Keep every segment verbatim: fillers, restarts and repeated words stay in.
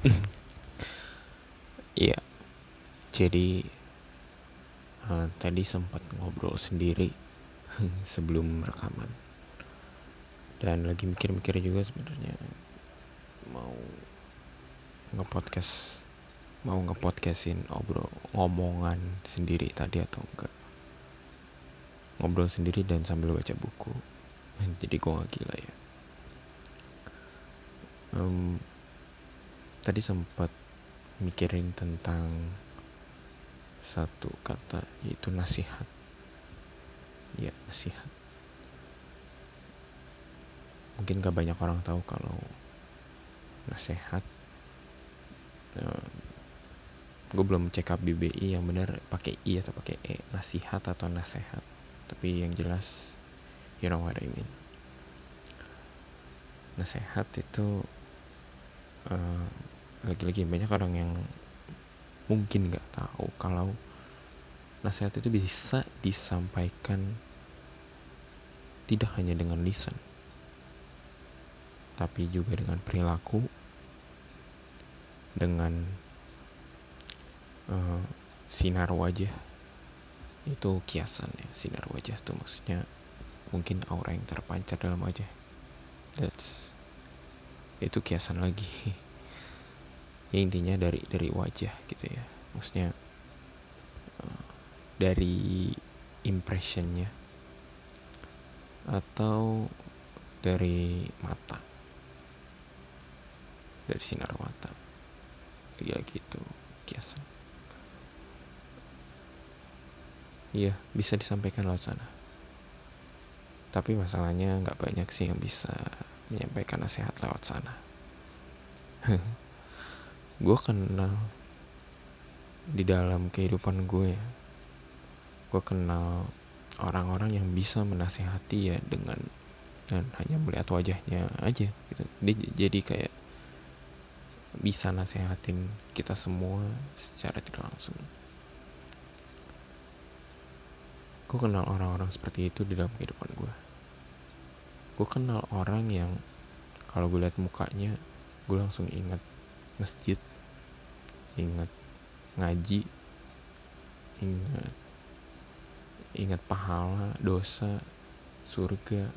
Iya, jadi uh, tadi sempat ngobrol sendiri sebelum rekaman, dan lagi mikir-mikir juga sebenarnya mau ngepodcast mau ngepodcastin obrol ngomongan sendiri tadi atau enggak, ngobrol sendiri dan sambil baca buku. Jadi gue gak gila ya. um, tadi sempat mikirin tentang satu kata, yaitu nasihat. Ya, nasihat. Mungkin gak banyak orang tahu kalau nasihat, uh, gue belum cek up di B I yang benar pakai I atau pakai E, nasihat atau nasehat, tapi yang jelas you know what I mean. Nasihat itu uh, lagi-lagi banyak orang yang mungkin nggak tahu kalau nasihat itu bisa disampaikan tidak hanya dengan lisan, tapi juga dengan perilaku, dengan uh, sinar wajah. Itu kiasan ya, sinar wajah tuh maksudnya mungkin aura yang terpancar dalam wajah. That's itu kiasan lagi. Ya intinya dari dari wajah gitu ya, maksudnya uh, dari impressionnya atau dari mata, dari sinar mata, ya gitu kiasan. Iya, bisa disampaikan lewat sana, tapi masalahnya nggak banyak sih yang bisa menyampaikan nasihat lewat sana. Gue kenal di dalam kehidupan gue ya, gue kenal orang-orang yang bisa menasehati ya dengan dan hanya melihat wajahnya aja gitu. Dia jadi kayak bisa nasehatin kita semua secara tidak langsung. Gue kenal orang-orang seperti itu di dalam kehidupan gue. Gue kenal orang yang kalau gue lihat mukanya, gue langsung ingat masjid, ingat ngaji, ingat ingat pahala, dosa, surga,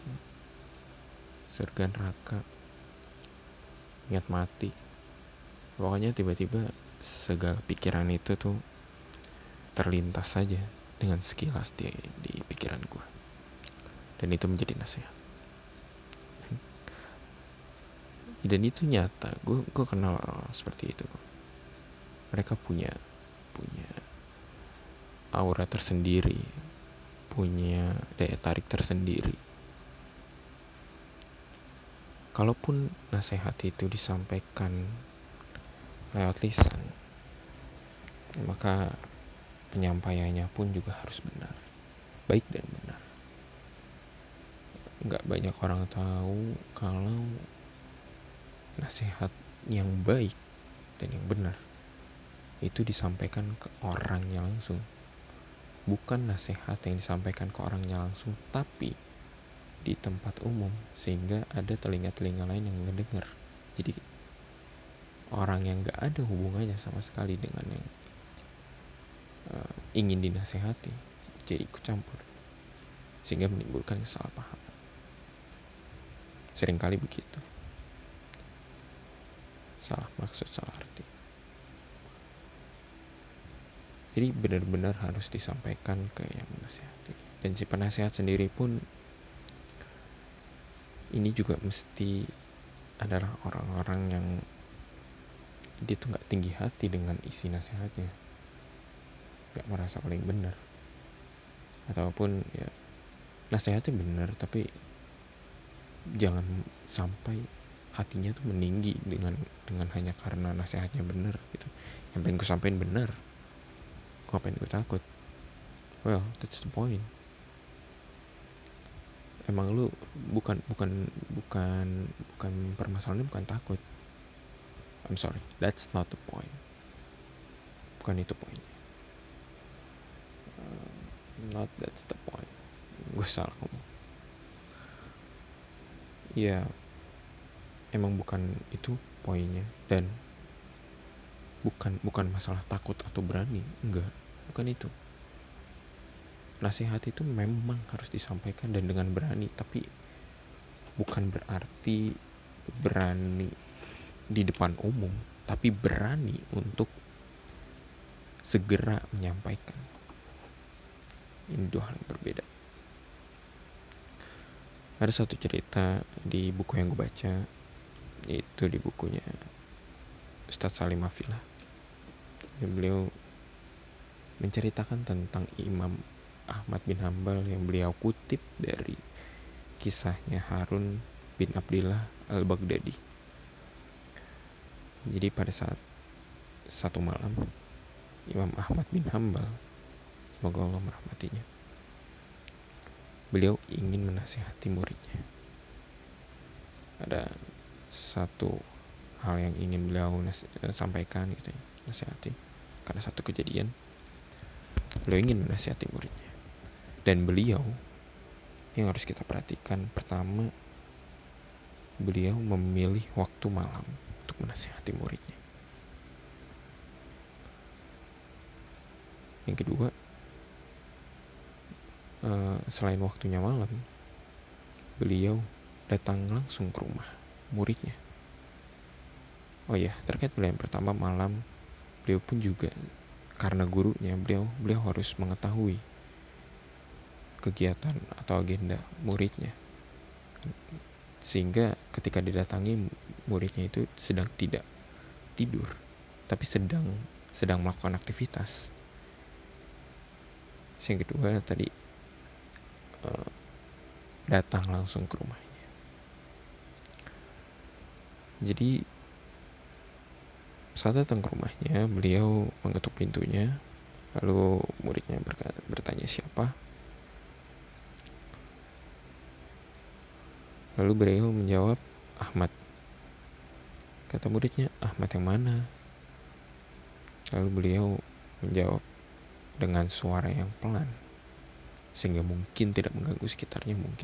surga neraka, ingat mati. Pokoknya tiba-tiba segala pikiran itu tuh terlintas saja dengan sekilas di, di pikiran gue, dan itu menjadi nasihat. Dan itu nyata, gue gue kenal orang seperti itu. Mereka punya punya aura tersendiri, punya daya tarik tersendiri. Kalaupun nasihat itu disampaikan lewat lisan, maka penyampaiannya pun juga harus benar, baik dan benar. Gak banyak orang tahu kalau nasihat yang baik dan yang benar itu disampaikan ke orangnya langsung. Bukan nasihat yang disampaikan ke orangnya langsung, tapi di tempat umum, sehingga ada telinga-telinga lain yang ngedenger. Jadi orang yang gak ada hubungannya sama sekali dengan yang uh, ingin dinasehati jadi ikut campur, sehingga menimbulkan kesalahpahaman. Seringkali begitu, salah maksud, salah arti. Jadi benar-benar harus disampaikan ke yang menasehati. Dan si penasehat sendiri pun ini juga mesti adalah orang-orang yang dia tuh gak tinggi hati dengan isi nasihatnya, gak merasa paling benar, ataupun ya nasihatnya benar tapi jangan sampai hatinya tuh meninggi dengan dengan hanya karena nasihatnya benar gitu. Yang pengen gue sampein benar, gue ngapain gue takut? Well, that's the point. Emang lu bukan bukan bukan bukan permasalahannya bukan takut. I'm sorry, that's not the point. Bukan itu poinnya. Uh, not that's the point. Gue salah ngomong. Ya, emang bukan itu poinnya. Dan bukan bukan masalah takut atau berani, enggak, bukan itu. Nasihat itu memang harus disampaikan dan dengan berani, tapi bukan berarti berani di depan umum, tapi berani untuk segera menyampaikan. Ini dua hal yang berbeda. Ada satu cerita di buku yang gue baca, itu di bukunya Ustadz Salim Afilah. Beliau menceritakan tentang Imam Ahmad bin Hambal yang beliau kutip dari kisahnya Harun bin Abdillah al-Baghdadi. Jadi pada saat satu malam, Imam Ahmad bin Hambal, semoga Allah merahmatinya, beliau ingin menasihati muridnya. Ada satu hal yang ingin beliau nas- sampaikan gitu ya, nasihati. Karena satu kejadian, beliau ingin menasihati muridnya. Dan beliau, yang harus kita perhatikan, pertama, beliau memilih waktu malam untuk menasihati muridnya. Yang kedua, uh, selain waktunya malam, beliau datang langsung ke rumah muridnya. Oh ya, terkait beliau yang pertama malam, beliau pun juga karena gurunya, beliau beliau harus mengetahui kegiatan atau agenda muridnya, sehingga ketika didatangi muridnya itu sedang tidak tidur, tapi sedang sedang melakukan aktivitas. Yang kedua tadi, uh, datang langsung ke rumahnya. Jadi saat datang ke rumahnya, beliau mengetuk pintunya, lalu muridnya berkata, bertanya siapa. Lalu beliau menjawab, Ahmad. Kata muridnya, Ahmad yang mana? Lalu beliau menjawab dengan suara yang pelan, sehingga mungkin tidak mengganggu sekitarnya mungkin.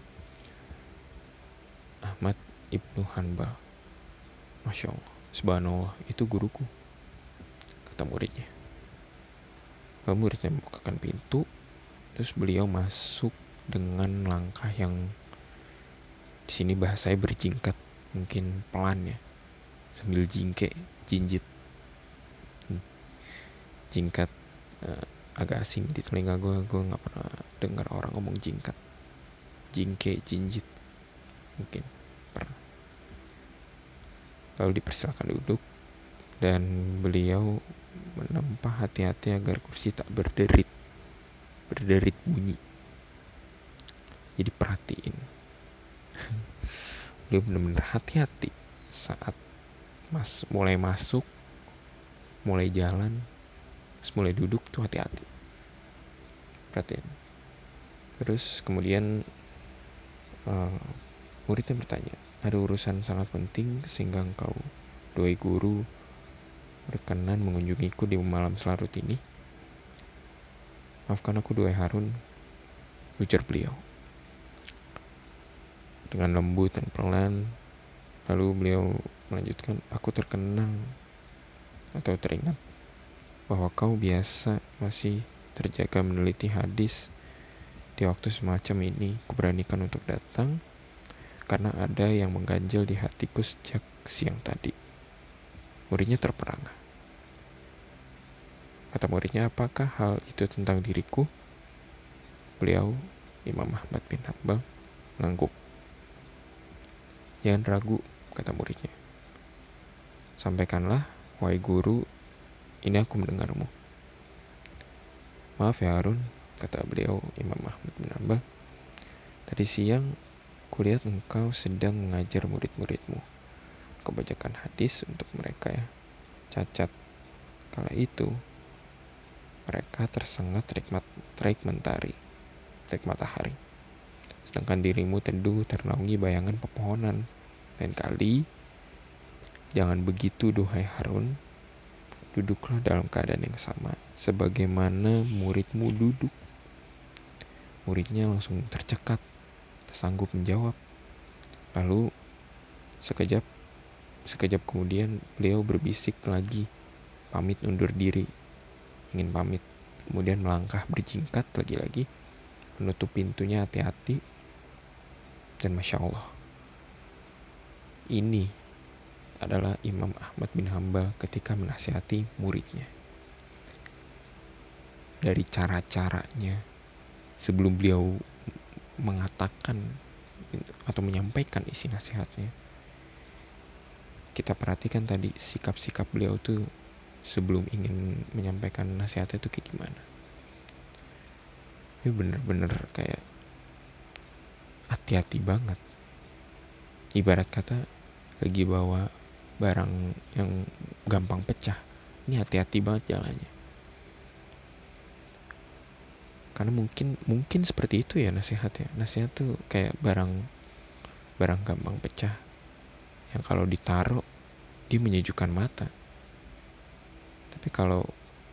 Ahmad ibnu Hanbal. Masya Allah, subhanallah, itu guruku, kata muridnya. Lalu muridnya membukakan pintu, terus beliau masuk dengan langkah yang di sini bahasanya berjingkat, mungkin pelan ya, sambil jingke, jinjit. Jingkat uh, agak asing di telinga gue, gue nggak pernah dengar orang ngomong jingkat, jingke, jinjit, mungkin pernah. Lalu dipersilakan duduk dan beliau menempa hati-hati agar kursi tak berderit, berderit bunyi. Jadi perhatiin, beliau benar-benar hati-hati saat mas mulai masuk, mulai jalan, terus mulai duduk tuh hati-hati, perhatiin. Terus kemudian uh, muridnya bertanya, ada urusan sangat penting sehingga engkau, doi guru, berkenan mengunjungiku di malam selarut ini? Maafkan aku, duhai Harun, ujar beliau dengan lembut dan pelan. Lalu beliau melanjutkan, aku terkenang atau teringat bahwa kau biasa masih terjaga meneliti hadis. Di waktu semacam ini, kuberanikan untuk datang karena ada yang mengganjal di hatiku sejak siang tadi. Muridnya terperangah. Kata muridnya, apakah hal itu tentang diriku? Beliau, Imam Ahmad bin Hambal, mengangguk. Jangan ragu, kata muridnya. Sampaikanlah, wahai guru, ini aku mendengarmu. Maaf ya Harun, kata beliau, Imam Ahmad bin Hambal. Tadi siang, kulihat engkau sedang mengajar murid-muridmu kebacakan hadis untuk mereka ya cacat. Kala itu, mereka tersengat terik, mat, terik mentari, terik matahari. Sedangkan dirimu teduh ternaungi bayangan pepohonan. Lain kali, jangan begitu duhai Harun. Duduklah dalam keadaan yang sama sebagaimana muridmu duduk. Muridnya langsung tercekat, tak sanggup menjawab. Lalu sekejap sekejap kemudian beliau berbisik lagi pamit undur diri, ingin pamit, kemudian melangkah berjingkat lagi-lagi, menutup pintunya hati-hati. Dan Masya Allah, ini adalah Imam Ahmad bin Hambal ketika menasihati muridnya. Dari cara-caranya sebelum beliau mengatakan atau menyampaikan isi nasihatnya, kita perhatikan tadi sikap-sikap beliau tuh sebelum ingin menyampaikan nasihatnya itu kayak gimana. Ini bener-bener kayak hati-hati banget. Ibarat kata lagi bawa barang yang gampang pecah, ini hati-hati banget jalannya. Karena mungkin mungkin seperti itu ya nasihatnya. Nasihat tuh kayak barang barang gampang pecah yang kalau ditaruh dia menyejukkan mata. Tapi kalau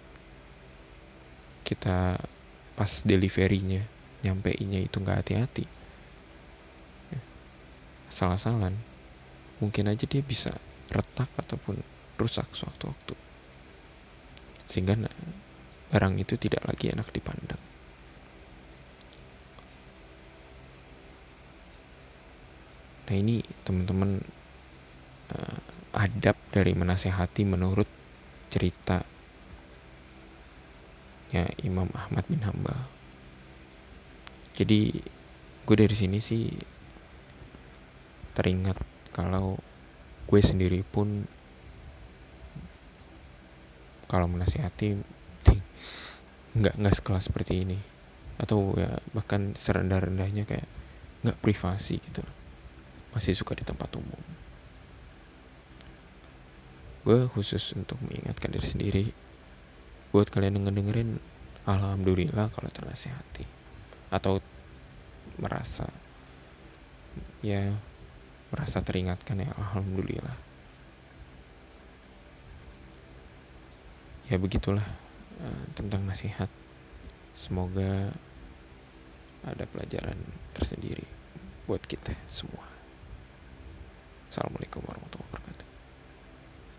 kita pas deliverynya nyampeinnya itu nggak hati-hati, ya, asal-asalan, mungkin aja dia bisa retak ataupun rusak sewaktu-waktu, sehingga barang itu tidak lagi enak dipandang. Nah ini teman-teman, uh, adab dari menasehati menurut cerita ya Imam Ahmad bin Hambal. Jadi gue dari sini sih teringat kalau gue sendiri pun kalau menasehati nggak nggak sekelas seperti ini, atau ya bahkan serendah-rendahnya kayak nggak privasi gitu, masih suka di tempat umum. Gue khusus untuk mengingatkan diri sendiri, buat kalian yang ngedengerin, alhamdulillah kalau ternasehati atau merasa ya merasa teringatkan, ya alhamdulillah. Ya begitulah uh, tentang nasihat. Semoga ada pelajaran tersendiri buat kita semua. Assalamualaikum warahmatullahi wabarakatuh.